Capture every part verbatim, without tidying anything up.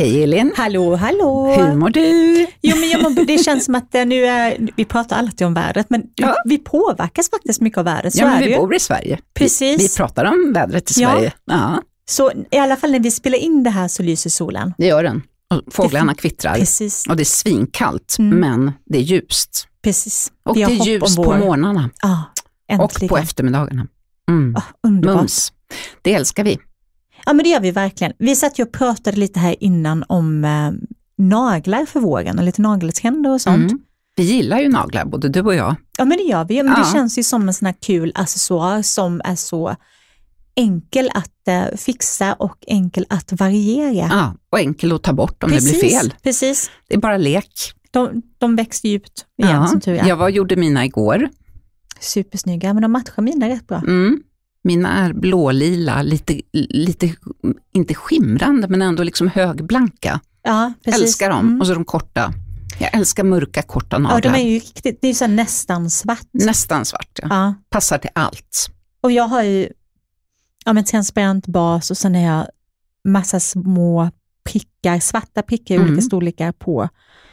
Hej Elin. Hallå, hallå. Hur mår du? Jo, men jag mår, det känns som att nu är, vi pratar alltid om vädret, men ja. vi påverkas faktiskt mycket av vädret. Så ja, men är vi det bor i Sverige. Precis. Vi, vi pratar om vädret i ja. Sverige. Ja. Så i alla fall när vi spelar in det här så lyser solen. Det gör den. Och fåglarna kvittrar. Precis. Och det är svinkallt, mm. men det är ljust. Precis. Och det är ljust på morgnarna. Ja, och på eftermiddagarna. Mm. Oh, underbart. Mums. Det älskar vi. Ja, men det gör vi verkligen. Vi satt ju och pratade lite här innan om eh, naglar för våren och lite nageltrender och sånt. Mm. Vi gillar ju naglar, både du och jag. Ja, men det gör vi. Men ja. det känns ju som en sån här kul accessoar som är så enkel att eh, fixa och enkel att variera. Ja, och enkel att ta bort om precis, det blir fel. Precis. Det är bara lek. De, de växer djupt igen, ja. som tur är. Jag var, gjorde mina igår. Supersnygga, men de matchar mina rätt bra. Mm. Mina är blålila, lite, lite, inte skimrande men ändå liksom högblanka. Ja, precis. Älskar dem. Mm. Och så de korta. Jag älskar mörka, korta naglar. Ja, de är ju riktigt, det är så nästan svart. Nästan svart, ja. ja. Passar till allt. Och jag har ju ja, men transparent bas och sen har jag massa små prickar, svarta prickar i mm. olika storlekar på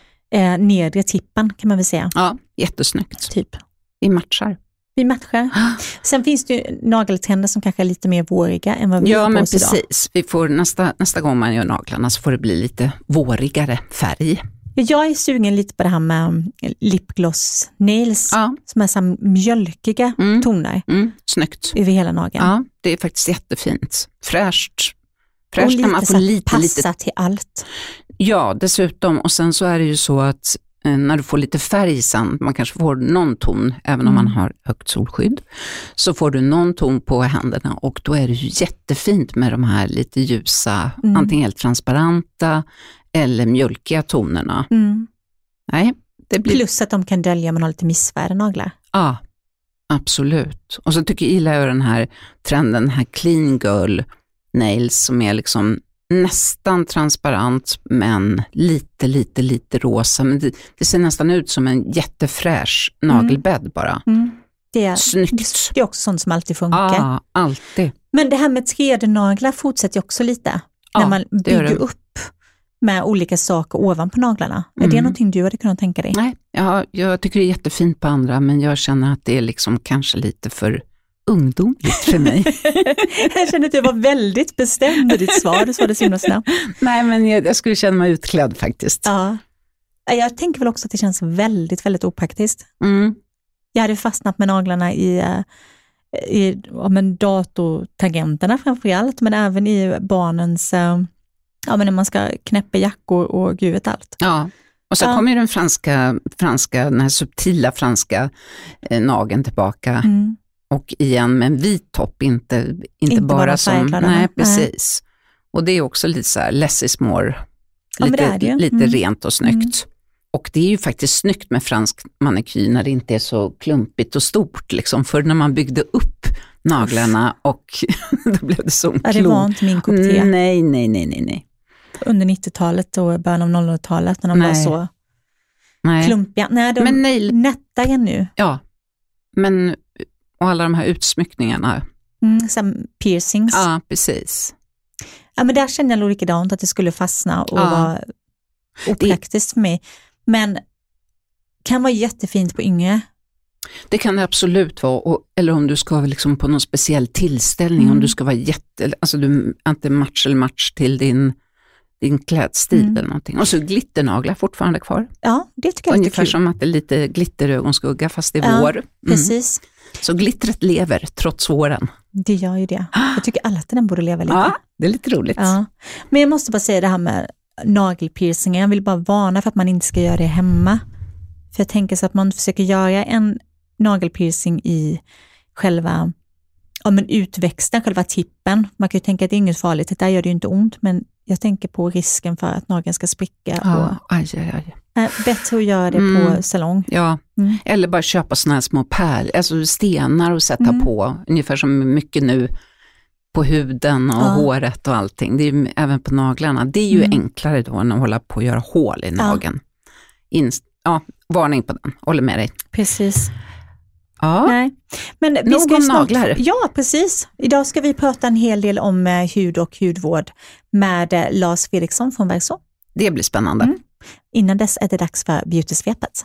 eh, nedre tippen kan man väl säga. Ja, jättesnyggt. Typ. Vi matchar. Vi matchar. Sen finns det ju nageltänder som kanske är lite mer våriga än vad vi ja, har på men oss precis. Vi får nästa, nästa gång man gör naglarna så får det bli lite vårigare färg. Jag är sugen lite på det här med lipgloss nails ja. som är så mjölkiga mm. toner. Mm. Snyggt. Över hela nageln. Ja, det är faktiskt jättefint. Fräscht. Fräscht och när man lite får lite, passa lite... till allt. Ja, dessutom. Och sen så är det ju så att eh, när du får lite färg sen, man kanske får någon ton, även mm. om man har högt solskydd, så får du någon ton på händerna och då är det ju jättefint med de här lite ljusa, mm. antingen helt transparenta eller mjölkiga tonerna. Mm. Nej, det blir... Plus att de kan dölja om man har lite missfärgade naglar. Ja, absolut. Och så tycker jag gillar jag den här trenden, den här clean girl nails som är liksom nästan transparent men lite, lite, lite rosa. Men det, det ser nästan ut som en jättefräsch nagelbädd mm. bara. Mm. Det är, snyggt. Det är också sånt som alltid funkar. Ja, alltid. Men det här med tre D-naglar fortsätter ju också lite. Ja, när man bygger upp med olika saker ovanpå naglarna. Mm. Är det någonting du hade kunnat tänka dig? Nej, ja, jag tycker det är jättefint på andra men jag känner att det är liksom kanske lite för ungdomligt för mig. Jag känner att du var väldigt bestämd i ditt svar. Du svarade så himla snabbt. Nej, men jag, jag skulle känna mig utklädd faktiskt. Ja. Jag tänker väl också att det känns väldigt, väldigt opraktiskt. Mm. Jag hade fastnat med naglarna i, i ja, men datortangenterna framförallt, men även i barnens, ja, men när man ska knäppa jackor och gud vet allt. Ja. Och så ja. kommer den franska, franska, den här subtila franska eh, nageln tillbaka. Mm. Och igen med en vit topp, inte, inte, inte bara, bara som... Nej, precis. Nej. Och det är också lite så här, less is more. Ja, lite det det. lite Mm. rent och snyggt. Mm. Och det är ju faktiskt snyggt med fransk manikyr när det inte är så klumpigt och stort. Liksom. För när man byggde upp naglarna och då blev det så ja, det var inte min kopp te. Nej, nej, nej, nej, nej. Under nittiotalet och början av nolltalet när de nej. var så nej. klumpiga. Nej, de men nej. nättare nu. Ja, men... Och alla de här utsmyckningarna. Mm, som piercings. Ja, precis. Ja, men där kände jag nog likadant att det skulle fastna och ja. vara opraktiskt det... för mig. Men kan vara jättefint på yngre. Det kan det absolut vara. Och, eller om du ska liksom på någon speciell tillställning. Mm. Om du ska vara jätte... Alltså du inte match eller match till din, din klädstil mm. eller någonting. Och så glitternaglar fortfarande kvar. Ja, det tycker jag är ungefär kul. Som att det är lite glitterögonskugga fast det är ja, vår. Mm. Precis. Så glittret lever trots våren. Det gör ju det. Jag tycker alla att den borde leva lite. Ja, det är lite roligt. Ja. Men jag måste bara säga det här med nagelpiercingen. Jag vill bara varna för att man inte ska göra det hemma. För jag tänker så att man försöker göra en nagelpiercing i själva ja, men utväxten, själva tippen. Man kan ju tänka att det är inget farligt. Det där gör det ju inte ont, men jag tänker på risken för att nageln ska spricka. Ja, och, aj, aj, aj. Äh, bättre att göra det mm. på salong. Ja, mm. eller bara köpa såna här små pärl, alltså stenar och sätta mm. på. Ungefär som mycket nu på huden och ja. håret och allting. Det är ju, även på naglarna. Det är ju mm. enklare då än att hålla på och göra hål i nageln. Ja. In, ja, varning på den. Håller med dig. Precis. Ja, Nej. Men vi nog ska om snart... naglar. Ja, precis. Idag ska vi prata en hel del om eh, hud och hudvård med eh, Lars Fredriksson från Verso. Det blir spännande. Mm. Innan dess är det dags för Beautysvepet.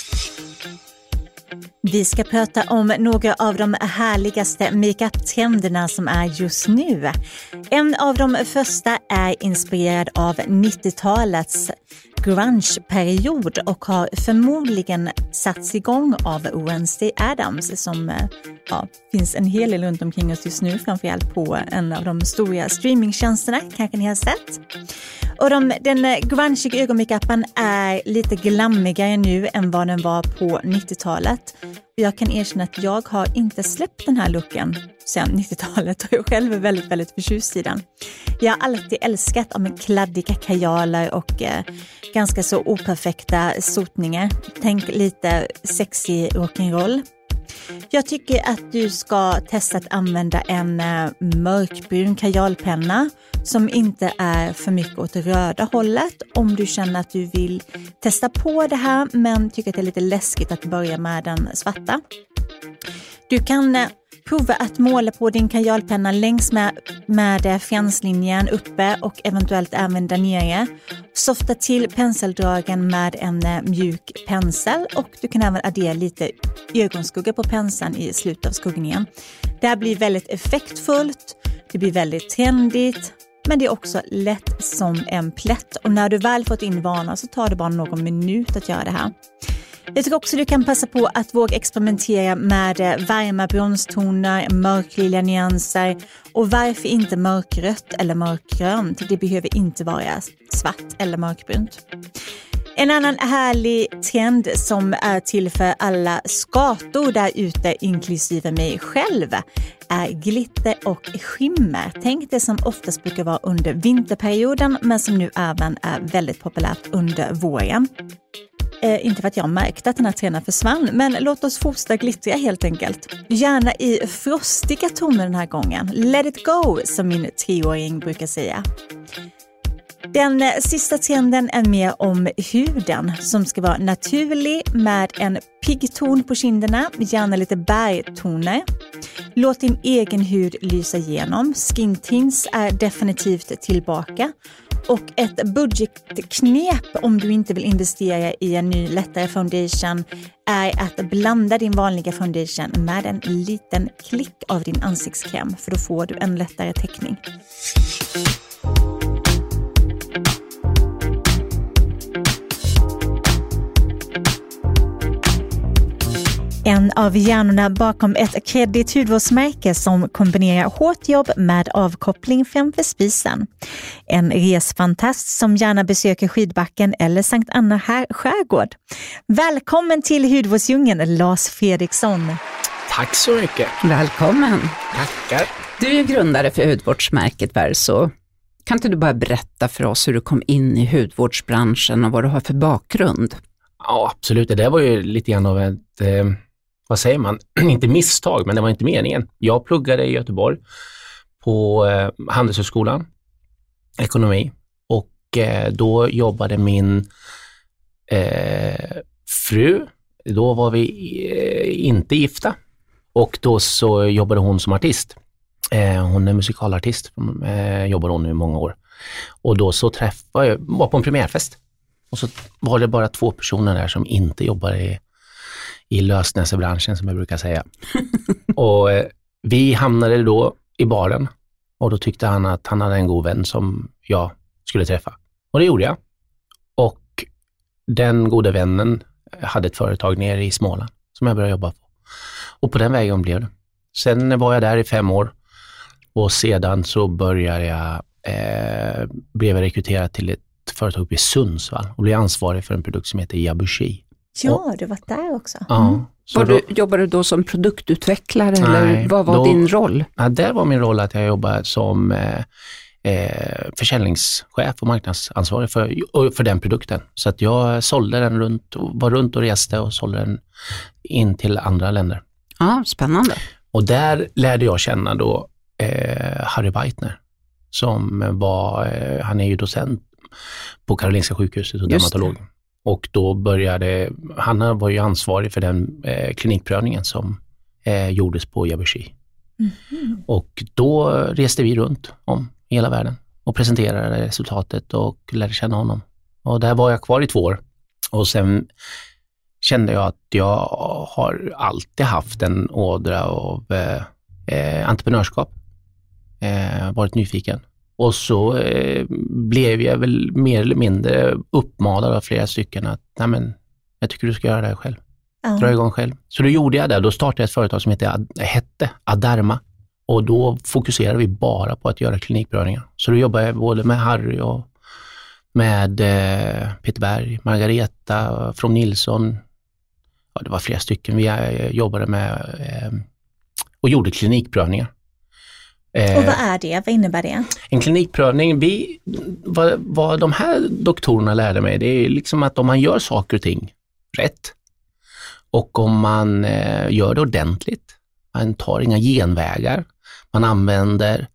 Vi ska prata om några av de härligaste makeup-trenderna som är just nu. En av de första är inspirerad av nittiotalets grunge-period och har förmodligen satts igång av Wednesday Addams som ja, finns en hel del runt omkring oss just nu, framförallt på en av de stora streamingtjänsterna, kanske ni har sett. Och de, den grunge ögonmakeupen är lite glammigare nu än vad den var på nittiotalet. Jag kan erkänna att jag har inte släppt den här looken sedan nittiotalet och jag själv är väldigt, väldigt förtjust i den. Jag har alltid älskat om en kladdiga kajaler och eh, ganska så operfekta sotningar. Tänk lite sexy rock'n'roll. Jag tycker att du ska testa att använda en eh, mörkbrun kajalpenna som inte är för mycket åt röda hållet. Om du känner att du vill testa på det här men tycker att det är lite läskigt att börja med den svarta. Du kan eh, prova att måla på din kajalpenna längs med, med franslinjen uppe och eventuellt även där nere. Softa till penseldragen med en eh, mjuk pensel och du kan även addera lite ögonskugga på penseln i slutet av skuggningen. Det här blir väldigt effektfullt, det blir väldigt trendigt. Men det är också lätt som en plätt och när du väl fått in vana så tar det bara någon minut att göra det här. Jag tycker också att du kan passa på att våga experimentera med varma bronstoner, mörklila nyanser och varför inte mörkrött eller mörkgrönt. Det behöver inte vara svart eller mörkbrunt. En annan härlig trend som är till för alla skator där ute, inklusive mig själv, är glitter och skimmer. Tänk det som oftast brukar vara under vinterperioden men som nu även är väldigt populärt under våren. Eh, inte för att jag märkte att den här trenden försvann, men låt oss fortsätta glittra helt enkelt. Gärna i frostiga toner den här gången. Let it go, som min treåring brukar säga. Den sista trenden är mer om huden som ska vara naturlig med en pigg ton på kinderna, gärna lite bergtoner. Låt din egen hud lysa igenom. Skin tints är definitivt tillbaka. Och ett budgetknep om du inte vill investera i en ny lättare foundation är att blanda din vanliga foundation med en liten klick av din ansiktskräm för då får du en lättare täckning. En av hjärnorna bakom ett kreddigt hudvårdsmärke som kombinerar hårt jobb med avkoppling framför spisen. En resfantast som gärna besöker skidbacken eller Sankt Anna här skärgård. Välkommen till hudvårdsdjungeln, Lars Fredriksson. Tack så mycket. Välkommen. Tackar. Du är grundare för hudvårdsmärket Verso. Kan inte du bara berätta för oss hur du kom in i hudvårdsbranschen och vad du har för bakgrund? Ja, absolut. Det där var ju lite grann av ett... Eh... Vad säger man? Inte misstag, men det var inte meningen. Jag pluggade i Göteborg på eh, Handelshögskolan, ekonomi. Och eh, då jobbade min eh, fru, då var vi eh, inte gifta. Och då så jobbade hon som artist. Eh, hon är musikalartist, eh, jobbade hon nu i många år. Och då så träffade jag, var på en premiärfest. Och så var det bara två personer där som inte jobbade i i lösnäsebranschen som jag brukar säga. Och eh, vi hamnade då i baren och då tyckte han att han hade en god vän som jag skulle träffa. Och det gjorde jag. Och den gode vännen hade ett företag nere i Småland som jag började jobba på. Och på den vägen blev det. Sen var jag där i fem år och sedan så började jag, eh, blev jag rekryterad till ett företag uppe i Sundsvall och blev ansvarig för en produkt som heter Yabushi. Ja, du var där också. Ja. Mm. Var du, jobbade du då som produktutvecklare nej, eller vad var då, din roll? Ja, där var min roll att jag jobbade som eh, eh, försäljningschef och marknadsansvarig för, för den produkten. Så att jag sålde den runt, var runt och reste och sålde den in till andra länder. Ja, spännande. Och där lärde jag känna då eh, Harry Weitner som var, eh, han är ju docent på Karolinska sjukhuset och dermatolog. Och då började, han var ju ansvarig för den eh, klinikprövningen som eh, gjordes på Yabushi. Mm. Och då reste vi runt om hela världen och presenterade resultatet och lärde känna honom. Och där var jag kvar i två år. Och sen kände jag att jag har alltid haft en ådra av eh, eh, entreprenörskap. Eh, varit nyfiken. Och så eh, blev jag väl mer eller mindre uppmanad av flera stycken att nej men, jag tycker du ska göra det här själv. Ja. Dra igång själv. Så då gjorde jag det. Då startade jag ett företag som hette, hette Aderma. Och då fokuserade vi bara på att göra klinikprövningar. Så då jobbade jag både med Harry och med eh, Peter Berg, Margareta, från Nilsson. Ja, det var flera stycken vi eh, jobbade med eh, och gjorde klinikprövningar. Och vad är det? Vad innebär det? En klinikprövning, vi, vad, vad de här doktorerna lärde mig, det är liksom att om man gör saker och ting rätt och om man eh, gör det ordentligt, man tar inga genvägar, man använder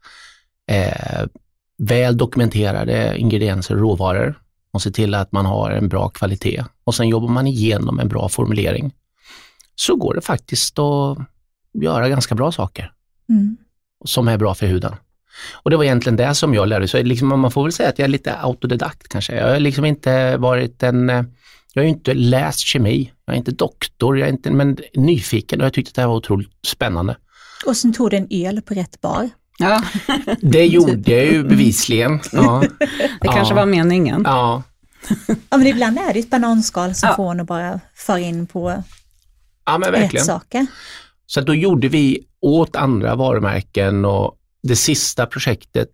eh, väl dokumenterade ingredienser och råvaror och ser till att man har en bra kvalitet och sen jobbar man igenom en bra formulering, så går det faktiskt att göra ganska bra saker. Mm. Som är bra för huden. Och det var egentligen det som jag lärde. Så liksom, man får väl säga att jag är lite autodidakt kanske. Jag har liksom inte varit en... Jag har ju inte läst kemi. Jag är inte doktor. Jag är inte, men nyfiken. Och jag tyckte att det här var otroligt spännande. Och sen tog du en öl på rätt bar. Ja. Det gjorde jag ju bevisligen. Ja. Det kanske ja. var meningen. Ja. Ja, men ibland är det ett bananskal som ja. får en att bara föra in på ja, men verkligen. rätt saker. Så då gjorde vi åt andra varumärken och det sista projektet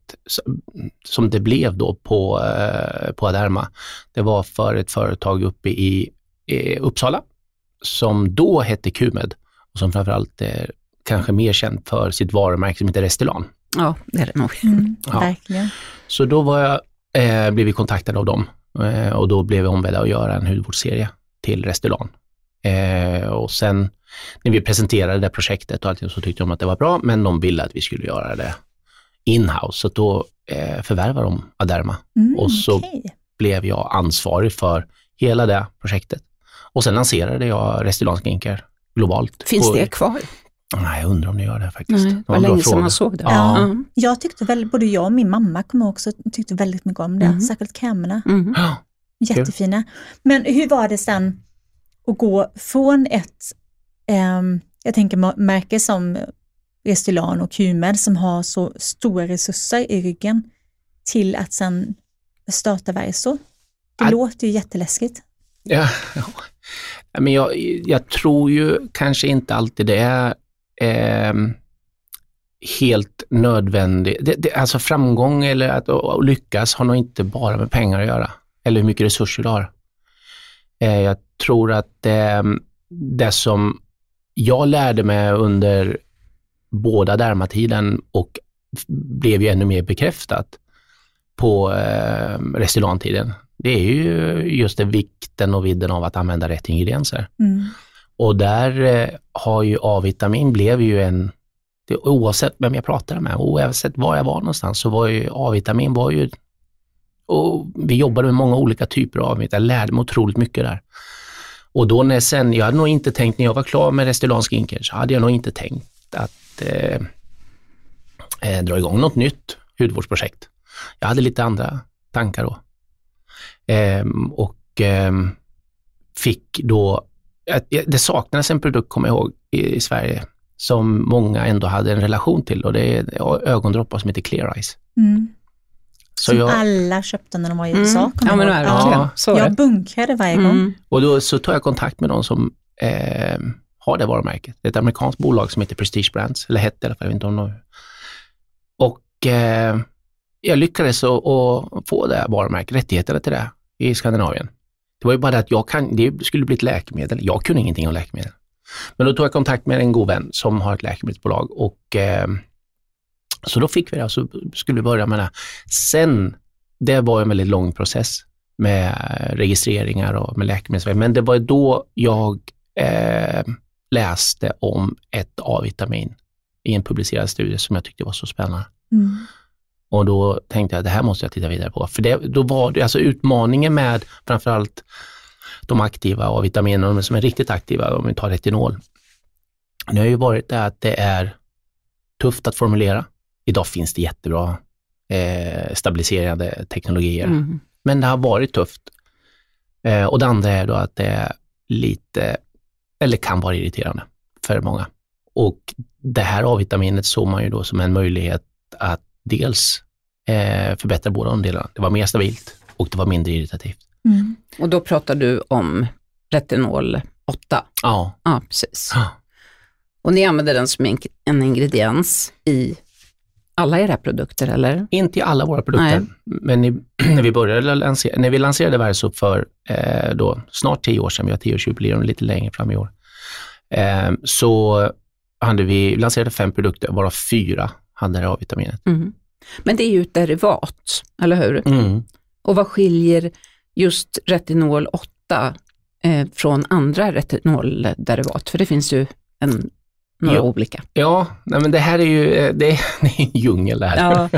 som det blev då på, på Aderma, det var för ett företag uppe i, i Uppsala som då hette Q-med och som framförallt är kanske mer känt för sitt varumärke som heter Restylane. Ja, det är det nog. Mm, ja. Verkligen. Så då var jag, eh, blev vi kontaktade av dem eh, och då blev vi ombedda att göra en hudvårdsserie till Restylane. Eh, och sen när vi presenterade det projektet och allting så tyckte de att det var bra, men de ville att vi skulle göra det in-house. Så då eh, förvärvade de Aderma. Mm, och så okay. blev jag ansvarig för hela det projektet. Och sen lanserade jag Restylane Skincare globalt. Finns det kvar? Nej, jag undrar om det gör det faktiskt. Nej, det var länge sedan man såg det. Ja. Ja. Jag tyckte väl, både jag och min mamma kommer också tyckte väldigt mycket om det. Mm. Särskilt krämerna. Mm. Jättefina. Men hur var det sen att gå från ett Um, jag tänker märke som Restylane och Q-med som har så stora resurser i ryggen till att sen starta Verso. Det att, låter ju jätteläskigt. Ja, ja. Men jag, jag tror ju kanske inte alltid det är eh, helt nödvändigt. Det, det, alltså framgång eller att, att lyckas har nog inte bara med pengar att göra. Eller hur mycket resurser du har. Eh, jag tror att eh, det som jag lärde mig under båda dermatiden och blev ju ännu mer bekräftat på eh, Restylane-tiden. Det är ju just det vikten och vidden av att använda rätt ingredienser. Mm. Och där eh, har ju A-vitamin blev ju en, det, oavsett vem jag pratade med, oavsett var jag var någonstans så var ju A-vitamin var ju, och vi jobbade med många olika typer av A-vitamin. Jag lärde mig otroligt mycket där. Och då när sen, jag hade nog inte tänkt, när jag var klar med Restylane Skincare så hade jag nog inte tänkt att eh, eh, dra igång något nytt hudvårdsprojekt. Jag hade lite andra tankar då. Eh, och eh, fick då, eh, det saknades en produkt, kommer jag ihåg, i, i Sverige som många ändå hade en relation till och det är ögondroppar som heter Clear Eyes. Mm. Så som jag, alla köpte när de var i U S A. Mm. Ja, men det ja, så jag bunkrade varje mm. gång. Och då så tog jag kontakt med någon som eh, har det varumärket. Det är ett amerikanskt bolag som heter Prestige Brands. Eller hette i alla fall, jag vet inte om de... Och eh, jag lyckades att, att få det varumärket, rättigheterna till det i Skandinavien. Det var ju bara det att jag kan, det skulle bli ett läkemedel. Jag kunde ingenting om läkemedel. Men då tog jag kontakt med en god vän som har ett läkemedelsbolag och... Eh, Så då fick vi det och så skulle vi börja med det. Sen, det var en väldigt lång process med registreringar och med läkemedel. Men det var då jag eh, läste om ett A-vitamin i en publicerad studie som jag tyckte var så spännande. Mm. Och då tänkte jag att det här måste jag titta vidare på. För det, då var det alltså utmaningen med framförallt de aktiva A-vitaminerna som är riktigt aktiva, om vi tar retinol. Det har ju varit det att det är tufft att formulera. Idag finns det jättebra eh, stabiliserande teknologier. Mm. Men det har varit tufft. Eh, och det andra är då att det är lite, eller kan vara irriterande för många. Och det här A-vitaminet såg man ju då som en möjlighet att dels eh, förbättra båda de delarna. Det var mer stabilt och det var mindre irritativt. Mm. Och då pratar du om retinol åtta? Ja. Ja, precis. Ja. Och ni använder den som en ingrediens i alla era produkter, eller? Inte i alla våra produkter. Nej. Men i, när, vi började lansera, när vi lanserade Verso för eh, då, snart tio år sedan, vi har tioårsjubileum lite längre fram i år, eh, så hade vi lanserade fem produkter, varav fyra hade det A-vitaminet. Mm. Men det är ju ett derivat, eller hur? Mm. Och vad skiljer just retinol åtta eh, från andra retinolderivat? För det finns ju en, några ja. olika. Ja, nej, men det här är ju det är, det är en djungel här. Ja.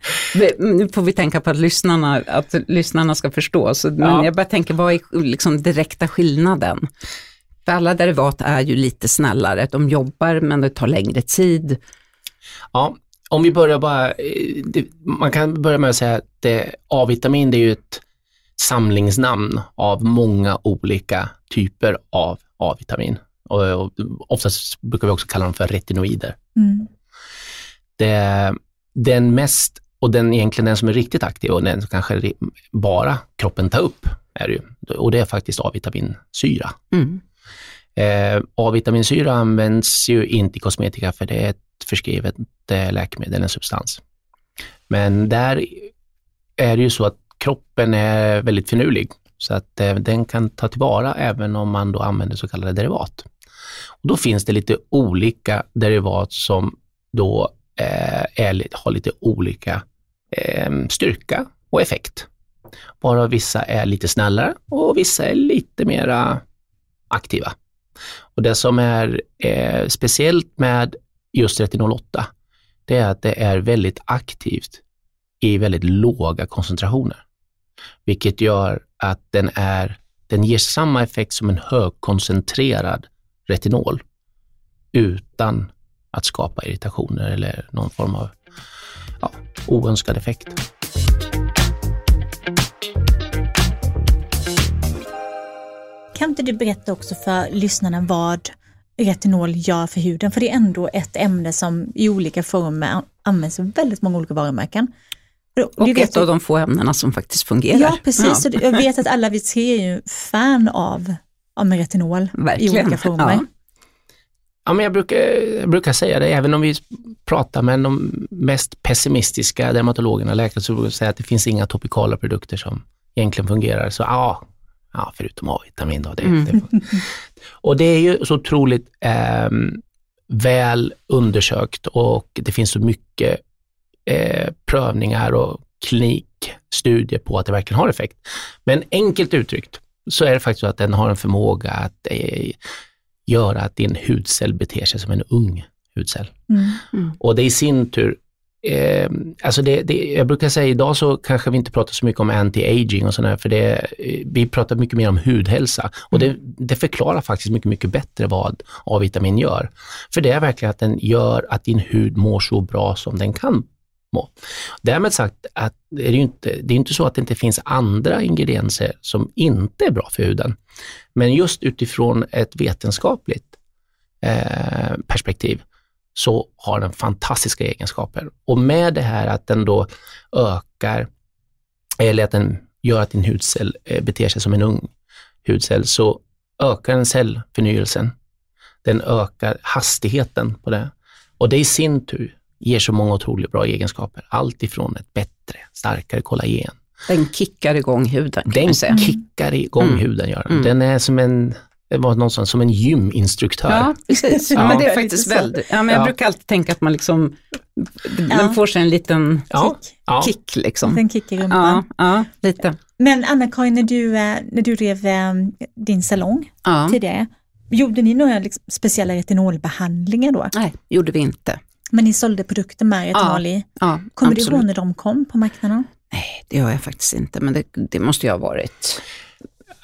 Nu får vi tänka på att lyssnarna, att lyssnarna ska förstå. Så, men ja. jag bara tänker, vad är liksom direkta skillnaden? För alla derivat är ju lite snällare. De jobbar, men det tar längre tid. Ja, om vi börjar bara... Det, man kan börja med att säga att det, A-vitamin det är ju ett samlingsnamn av många olika typer av A-vitamin. Och, och oftast brukar vi också kalla dem för retinoider. Mm. Det, den mest, och den egentligen den som är riktigt aktiv och den som kanske bara kroppen tar upp är det ju. Och det är faktiskt A-vitaminsyra. Mm. Eh, A-vitaminsyra används ju inte i kosmetika för det är ett förskrivet eh, läkemedel, en substans. Men där är det ju så att kroppen är väldigt finurlig så att eh, den kan ta tillvara även om man då använder så kallade derivat. Och då finns det lite olika derivat som då eh, är, har lite olika eh, styrka och effekt. Bara vissa är lite snällare och vissa är lite mera aktiva. Och det som är eh, speciellt med just retinol åtta, det är att det är väldigt aktivt i väldigt låga koncentrationer. Vilket gör att den, är, den ger samma effekt som en högkoncentrerad retinol utan att skapa irritationer eller någon form av ja, oönskad effekt. Kan inte du berätta också för lyssnarna vad retinol gör för huden? För det är ändå ett ämne som i olika former används i väldigt många olika varumärken. Och ett du... av de få ämnena som faktiskt fungerar. Ja, precis. Ja. Jag vet att alla vi tre är ju fan av, av retinol. Verkligen. I olika former. Ja. Ja, men jag brukar, jag brukar säga det, även om vi pratar med de mest pessimistiska dermatologerna, läkare, så brukar jag säga att det finns inga topikala produkter som egentligen fungerar. Så ja, ja förutom A-vitamin då. Det, mm. det. Och det är ju så otroligt eh, väl undersökt och det finns så mycket eh, prövningar och klinikstudier på att det verkligen har effekt. Men enkelt uttryckt så är det faktiskt så att den har en förmåga att eh, göra att din hudcell beter sig som en ung hudcell. Mm. Mm. Och det i sin tur, eh, alltså det, det, jag brukar säga idag så kanske vi inte pratar så mycket om anti-aging och sådär, för det, vi pratar mycket mer om hudhälsa. Och det, det förklarar faktiskt mycket, mycket bättre vad A-vitamin gör. För det är verkligen att den gör att din hud mår så bra som den kan må. Därmed sagt att det är ju inte, det är inte så att det inte finns andra ingredienser som inte är bra för huden. Men just utifrån ett vetenskapligt eh, perspektiv så har den fantastiska egenskaper. Och med det här att den då ökar, eller att den gör att din hudcell eh, beter sig som en ung hudcell, så ökar den cellförnyelsen. Den ökar hastigheten på det. Och det i sin tur ger så många otroligt bra egenskaper. Allt ifrån ett bättre, starkare kollagen. Den kickar igång huden. Den kickar igång mm. huden. Gör den. Mm. den är som en, det var någonstans som en gyminstruktör. Ja, precis. Ja, men det är faktiskt väldigt. Ja, men jag ja. brukar alltid tänka att man liksom, den ja. får sig en liten ja. kick. Liksom. Den kick i rumpan. Ja, ja, lite. Men Anna-Karin, när du, när du drev din salong ja. tidigare, gjorde ni några liksom speciella retinolbehandlingar då? Nej, gjorde vi inte. Men ni sålde produkter med retinol i. Ja, Kommer absolut. du ihåg när de kom på marknaden? Nej, det gör jag faktiskt inte, men det, det måste ju ha varit.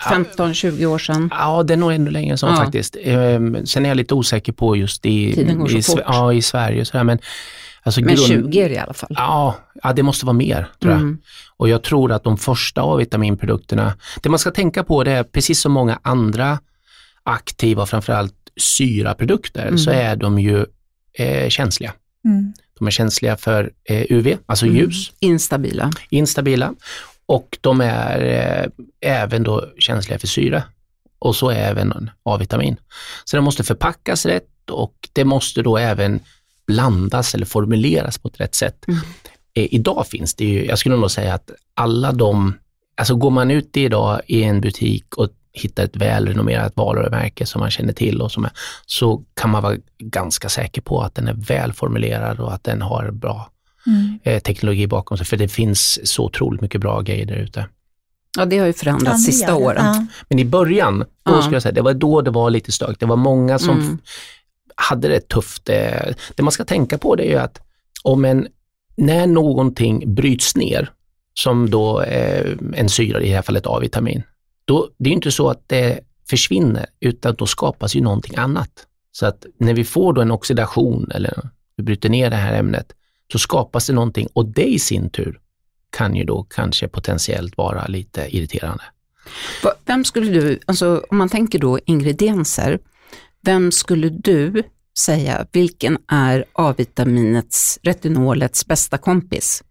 femton tjugo år sedan? Ja, det är nog ännu längre så ja. faktiskt. Sen är jag lite osäker på just i, Tiden går så i, fort. Ja, i Sverige och sådär. Men, alltså men grund, tjugo är det i alla fall. Ja, ja, det måste vara mer tror jag. Mm. Och jag tror att de första A-vitaminprodukterna, det man ska tänka på det är precis som många andra aktiva, framförallt syraprodukter, mm. så är de ju eh, känsliga. Mm. De är känsliga för eh, U V, alltså mm. ljus. Instabila. Instabila. Och de är eh, även då känsliga för syre. Och så är även A-vitamin. Så det måste förpackas rätt och det måste då även blandas eller formuleras på ett rätt sätt. Mm. Eh, idag finns det ju, jag skulle nog säga att alla de, alltså går man ut idag i en butik och hittar ett välrenommerat varumärke som man känner till och som är, så kan man vara ganska säker på att den är välformulerad och att den har bra mm. eh, teknologi bakom sig. För det finns så otroligt mycket bra grejer där ute. Ja, det har ju förändrats ja, sista åren. Ja. Men i början, då ja. skulle jag säga, det var då det var lite stök. Det var många som mm. hade det tufft. Det man ska tänka på det är ju att om en, när någonting bryts ner, som då eh, en syra, i det här fallet A-vitamin, då, det är inte så att det försvinner, utan då skapas ju någonting annat. Så att när vi får då en oxidation eller vi bryter ner det här ämnet, så skapas det någonting, och det i sin tur kan ju då kanske potentiellt vara lite irriterande. Vem skulle du, alltså om man tänker då ingredienser, vem skulle du säga, vilken är A-vitaminets, retinolets bästa kompis?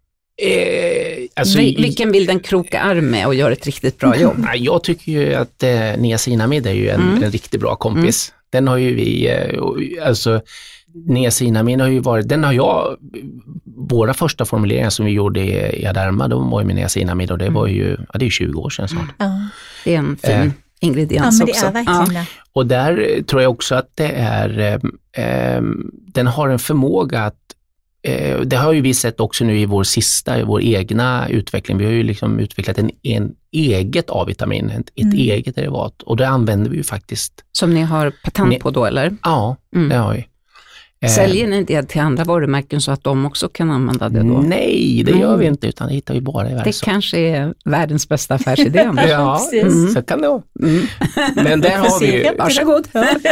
Eh, alltså Vil- vilken vill den kroka arm med och göra ett riktigt bra jobb? Jag tycker ju att eh, niacinamid är ju en, mm. en riktigt bra kompis. Mm. Den har ju vi, eh, alltså niacinamid har ju varit, den har jag, våra första formuleringar som vi gjorde i Aderma, de var ju med niacinamid och det var ju, ja, det är tjugo år sedan snart. Mm. Det är en fin eh, ingrediens ja, men det också. Är verkligen ja. Och där tror jag också att det är, eh, eh, den har en förmåga att, eh, det har ju vi sett också nu i vår sista, i vår egna utveckling. Vi har ju liksom utvecklat en, en eget A-vitamin, ett, ett mm. eget derivat, och det använder vi ju faktiskt. Som ni har patent ni, på då, eller? Ja, mm. det har vi. Säljer ni det till andra varumärken så att de också kan använda det då? Nej, det mm. gör vi inte, utan det hittar vi bara i Det kanske är världens bästa affärsidé. Ja, mm. så kan det vara. Mm. Men där har vi ju, varsågod.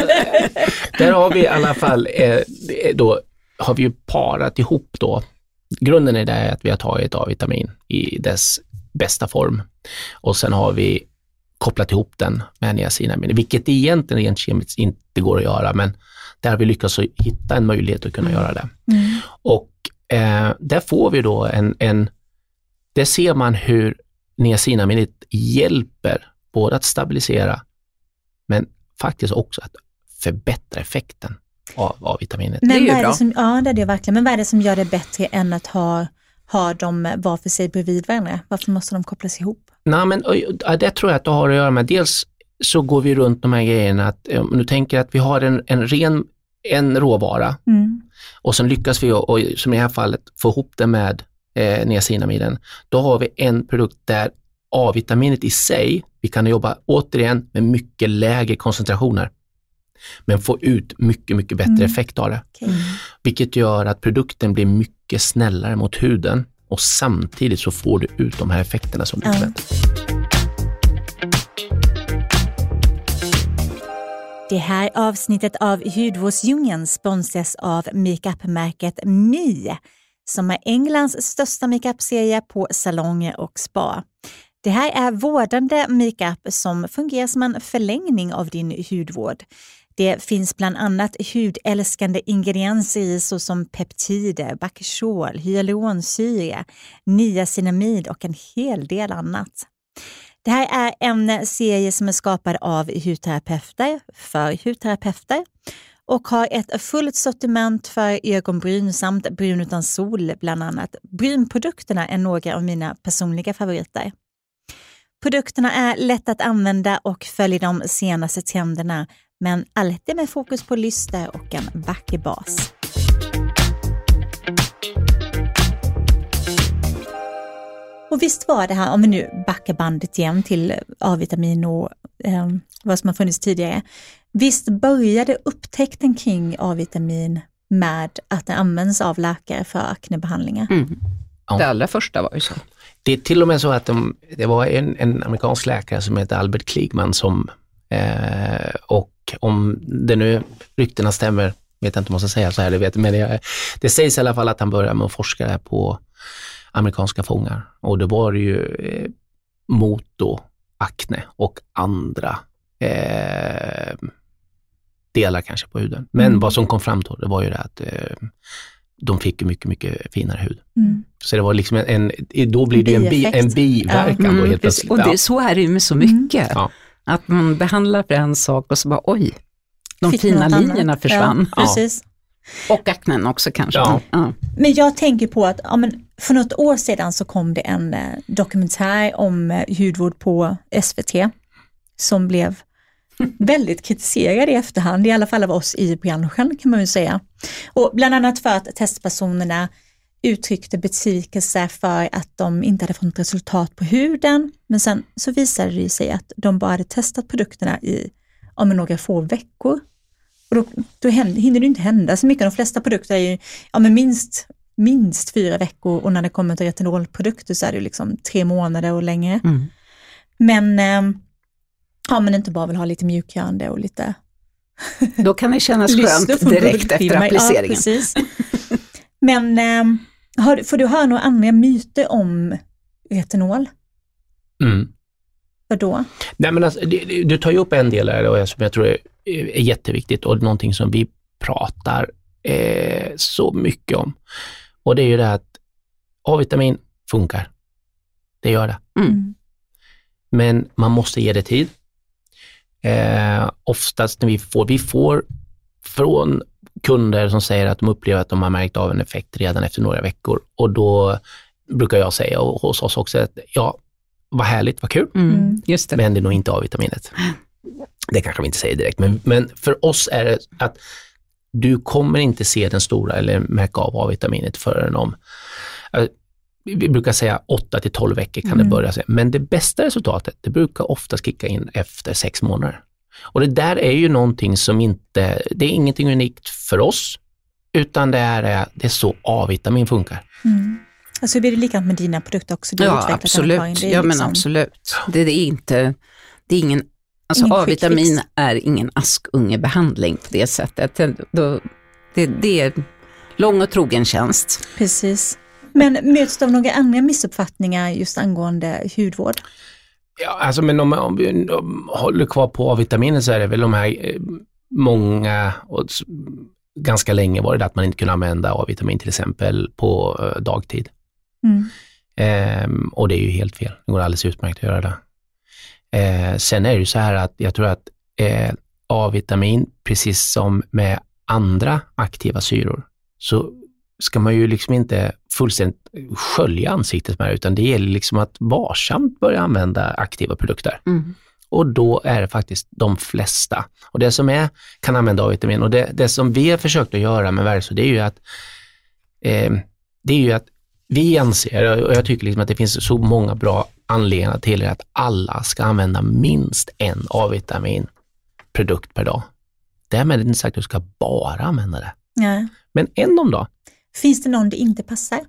Där har vi i alla fall, eh, då har vi ju parat ihop då. Grunden är det att vi har tagit A-vitamin i dess bästa form. Och sen har vi kopplat ihop den med niacinamid, vilket egentligen rent kemiskt inte går att göra, men där har vi lyckats hitta en möjlighet att kunna mm. göra det. Mm. Och eh, där får vi då en, en, där ser man hur niacinamid hjälper både att stabilisera, men faktiskt också att förbättra effekten av A-vitaminet. Men det är ju vad är bra. Det som, ja, det är det verkligen. Men vad är det som gör det bättre än att ha, ha dem var för sig bredvid varandra? Varför måste de kopplas ihop? Nej, men det tror jag att det har att göra med. Dels så går vi runt de här grejerna att om du tänker att vi har en, en ren en råvara mm. och sen lyckas vi, och, som i det här fallet, få ihop det med eh, niacinamiden. Då har vi en produkt där A-vitaminet i sig, vi kan jobba återigen med mycket lägre koncentrationer, men få ut mycket, mycket bättre mm. effekt av det. Okay. Mm. Vilket gör att produkten blir mycket snällare mot huden, och samtidigt så får du ut de här effekterna som du mm. vet. Det här avsnittet av Hudvårdsdjungeln sponsras av makeupmärket My, som är Englands största makeupserie på salonger och spa. Det här är vårdande makeup som fungerar som en förlängning av din hudvård. Det finns bland annat hudälskande ingredienser i, såsom peptider, bakisol, hyaluronsyra, niacinamid och en hel del annat. Det här är en serie som är skapad av hudterapeuter för hudterapeuter och har ett fullt sortiment för ögonbryn samt brun utan sol bland annat. Brynprodukterna är några av mina personliga favoriter. Produkterna är lätta att använda och följer de senaste trenderna, men alltid med fokus på lyster och en vacker bas. Och visst var det här, om vi nu backar bandet igen till A-vitamin och eh, vad som har funnits tidigare. Visst började upptäckten kring A-vitamin med att det används av läkare för aknebehandlingar? Mm. Ja. Det allra första var ju så. Det är till och med så att de, det var en, en amerikansk läkare som heter Albert Kligman som, eh, och om det nu ryktena stämmer, vet jag inte om man ska säga så här, det vet, men det, det sägs i alla fall att han började med att forska på amerikanska fångar. Och det var ju eh, mot då akne och andra eh, delar kanske på huden. Men mm. vad som kom fram då, det var ju det att eh, de fick mycket, mycket finare hud. Mm. Så det var liksom en, en då blir det en, bi, en biverkan. Ja. Då helt plötsligt. Och det, så är det ju med så mycket. Mm. Ja. Att man behandlar för en sak och så bara, oj, de fick fina linjerna annat. försvann. Ja, precis. Ja. Och aknen också kanske. Ja. Ja. Men jag tänker på att ja, men för något år sedan så kom det en eh, dokumentär om eh, hudvård på S V T som blev väldigt kritiserad i efterhand, i alla fall av oss i branschen kan man ju säga. Och bland annat för att testpersonerna uttryckte besvikelse för att de inte hade fått resultat på huden. Men sen så visade det sig att de bara hade testat produkterna i om några få veckor. Och då, då händer, hinner det inte hända så mycket. De flesta produkter är ju ja, men minst, minst fyra veckor och när det kommer till retinolprodukter så är det liksom tre månader och längre. Mm. Men eh, ja, men inte bara vill ha lite mjukgörande och lite... Då kan det kännas skönt direkt efter appliceringen. Ja, precis. Men eh, har, får du höra några andra myter om retinol? Mm. Vadå? Nej, men alltså, du, du tar ju upp en del där som jag tror är, är jätteviktigt och någonting som vi pratar eh, så mycket om. Och det är ju det att A-vitamin funkar. Det gör det. Mm. Men man måste ge det tid. Eh, oftast när vi får, vi får från kunder som säger att de upplever att de har märkt av en effekt redan efter några veckor. Och då brukar jag säga, och hos oss också, att ja, vad härligt, vad kul. Mm, just det. Men det är nog inte A-vitaminet. Det kanske vi inte säger direkt. Men, men för oss är det att du kommer inte se den stora eller märka av A-vitaminet förrän om, vi brukar säga åtta till tolv veckor kan mm. det börja se. Men det bästa resultatet, det brukar ofta kicka in efter sex månader. Och det där är ju någonting som inte, det är ingenting unikt för oss, utan det är, det är så A-vitamin funkar. Mm. Alltså blir det likadant med dina produkter också? Du ja, absolut. Det ja, liksom... men absolut. Det, det är inte, det är ingen, alltså ingen A-vitamin är ingen askungebehandling på det sättet. Det, det, det är lång och trogen tjänst. Precis. Men möts det av några andra missuppfattningar just angående hudvård? Ja, alltså men om, om vi håller kvar på A-vitaminer så är det väl de här många, och ganska länge var det att man inte kunde använda A-vitamin till exempel på dagtid. Mm. Ehm, och det är ju helt fel. Det går alldeles utmärkt att göra det. Ehm, sen är det ju så här att jag tror att eh, A-vitamin, precis som med andra aktiva syror, så ska man ju liksom inte fullständigt skölja ansiktet med det, utan det gäller liksom att varsamt börja använda aktiva produkter. Mm. Och då är det faktiskt de flesta. Och det som är kan använda A-vitamin, och det, det som vi har försökt att göra med Verso, det är ju att eh, det är ju att vi anser, och jag tycker liksom att det finns så många bra anledningar till att alla ska använda minst en A-vitaminprodukt per dag. Därmed är det inte sagt att du ska bara använda det. Ja. Men en om dagen. Finns det någon det inte passar?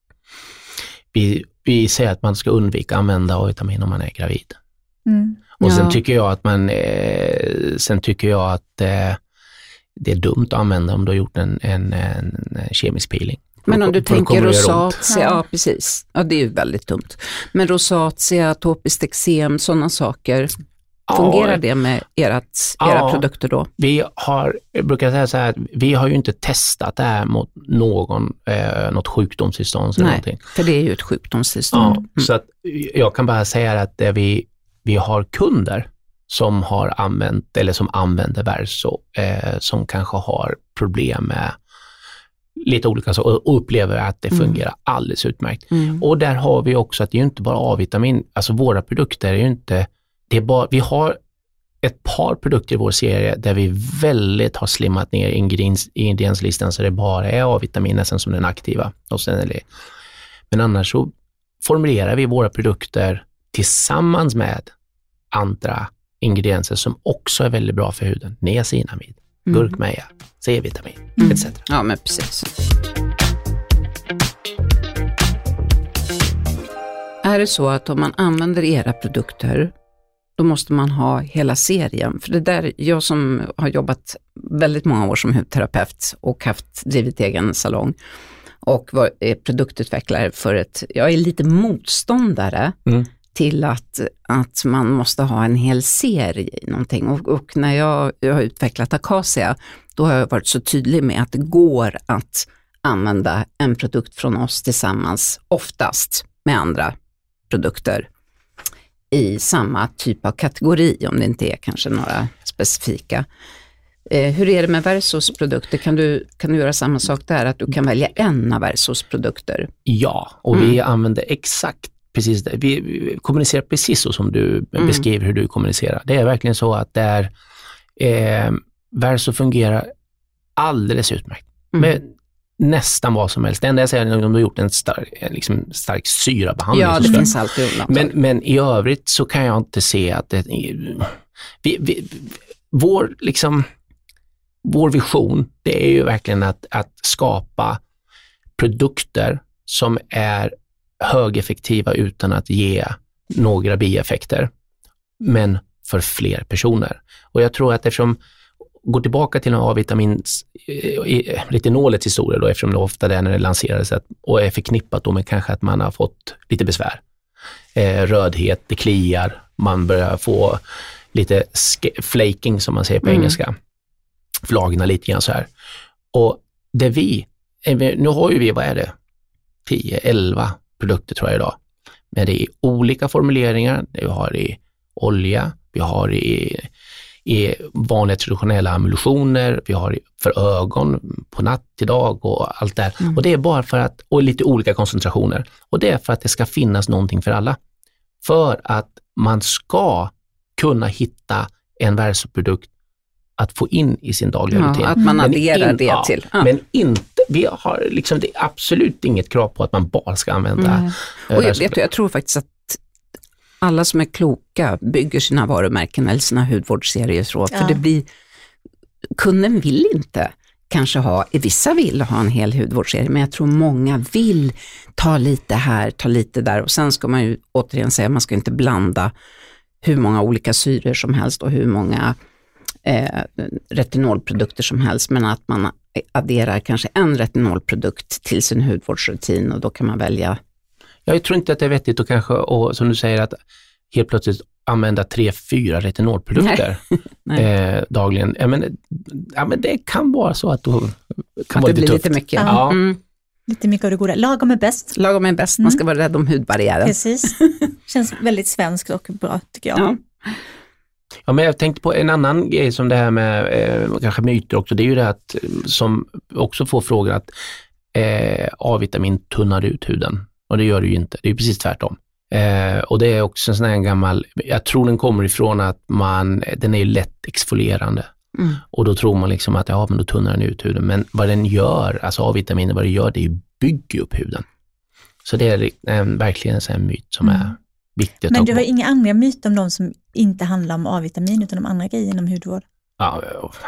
Vi, vi säger att man ska undvika att använda A-vitamin om man är gravid. Mm. Och ja. sen tycker jag att man eh, sen tycker jag att eh, det är dumt att använda om du har gjort en, en, en, en kemisk peeling. Men om du tänker rosatia, ja precis. Ja, det är ju väldigt dumt. Men rosatia, atopiskt eksem, sådana saker. Fungerar ja, det med erat, era ja, produkter då? Vi har, jag brukar säga så här, vi har ju inte testat det här mot någon, eh, något sjukdomstillstånd. Nej, någonting. För det är ju ett sjukdomstillstånd. Ja, mm. Så att jag kan bara säga att det vi, vi har kunder som har använt, eller som använder Verso, eh, som kanske har problem med lite olika saker och upplever att det fungerar mm. alldeles utmärkt. Mm. Och där har vi också att det är ju inte bara A-vitamin, alltså våra produkter är ju inte, det är bara, vi har ett par produkter i vår serie där vi väldigt har slimmat ner ingrediens, ingredienslistan så det bara är A-vitamin nästan som den aktiva. Och sen, men annars så formulerar vi våra produkter tillsammans med andra ingredienser som också är väldigt bra för huden. Niacinamid, mm. gurkmeja, C-vitamin mm. et cetera. Ja, men precis. är det så att om man använder era produkter, då måste man ha hela serien. För det där, jag som har jobbat väldigt många år som hudterapeut och haft drivit egen salong och var, är produktutvecklare för ett, jag är lite motståndare mm. till att, att man måste ha en hel serie i någonting. Och, och när jag, jag har utvecklat Acacia, då har jag varit så tydlig med att det går att använda en produkt från oss tillsammans, oftast med andra produkter i samma typ av kategori, om det inte är kanske några specifika. Eh, hur är det med Versos produkter? Kan du, kan du göra samma sak där, att du kan välja en av Versos produkter? Ja, och mm. vi använder exakt precis det. Vi, vi kommunicerar precis så som du mm. beskriver hur du kommunicerar. Det är verkligen så att där eh, Verso fungerar alldeles utmärkt. Mm. Med nästan vad som helst. Det enda jag säger är att de har gjort en stark, liksom stark syrabehandling. Ja, det finns alltid undantag. Men, men i övrigt så kan jag inte se att det, vi, vi, vår, liksom, vår vision, det är ju verkligen att, att skapa produkter som är högeffektiva utan att ge några bieffekter, men för fler personer. Och jag tror att eftersom går tillbaka till A-vitamin retinolets historia då, eftersom det ofta är när det lanserades att, och är förknippat då med kanske att man har fått lite besvär. Eh, rödhet, det kliar, man börjar få lite sk- flaking som man säger på mm. engelska. Flagna lite grann så här. Och det vi, nu har ju vi, vad är det? tio, elva produkter tror jag idag. Men det är i olika formuleringar. Vi har i olja, vi har i i vanliga traditionella emulsioner, vi har för ögon, på natt till dag och allt där. Mm. Och det är bara för att, och lite olika koncentrationer. Och det är för att det ska finnas någonting för alla. För att man ska kunna hitta en Verso-produkt att få in i sin dagliga ja, rutin. Att man adderar in, det ja, till. Ja. Men inte, vi har liksom, det är absolut inget krav på att man bara ska använda mm. Och jag, vet, jag tror faktiskt att alla som är kloka bygger sina varumärken eller sina hudvårdsserier så. Ja. För det blir, kunden vill inte kanske ha, vissa vill ha en hel hudvårdsserie, men jag tror många vill ta lite här, ta lite där. Och sen ska man ju återigen säga, man ska inte blanda hur många olika syror som helst och hur många eh, retinolprodukter som helst, men att man adderar kanske en retinolprodukt till sin hudvårdsrutin och då kan man välja. Jag tror inte att det är vettigt att kanske, och som du säger, att helt plötsligt använda tre, fyra retinolprodukter Nej. eh, dagligen. Ja men, ja, men det kan vara så att, då, kan att vara det lite blir tufft. lite mycket. Ja. Mm. Lite mycket av det goda. Lagom är bäst. Lagom är bäst. Man ska vara rädd om hudbarriären. Precis. Känns väldigt svenskt och bra tycker jag. Ja. Ja, men jag tänkte på en annan grej som det här med eh, kanske myter också. Det är ju det att, som också får frågor att eh, A-vitamin tunnar ut huden. Och det gör det ju inte. Det är ju precis tvärtom. Eh, och det är också en sån här gammal, jag tror den kommer ifrån att man, den är ju lätt exfolierande. Mm. Och då tror man liksom att ja, men då tunnar den ut huden. Men vad den gör, alltså A-vitaminer, vad det gör, det är ju bygger upp huden. Så det är en, verkligen en sån här myt som mm. är viktig att Men ta du har på. inga andra myter om de som inte handlar om A-vitamin utan om andra grejer inom hudvård? Ja,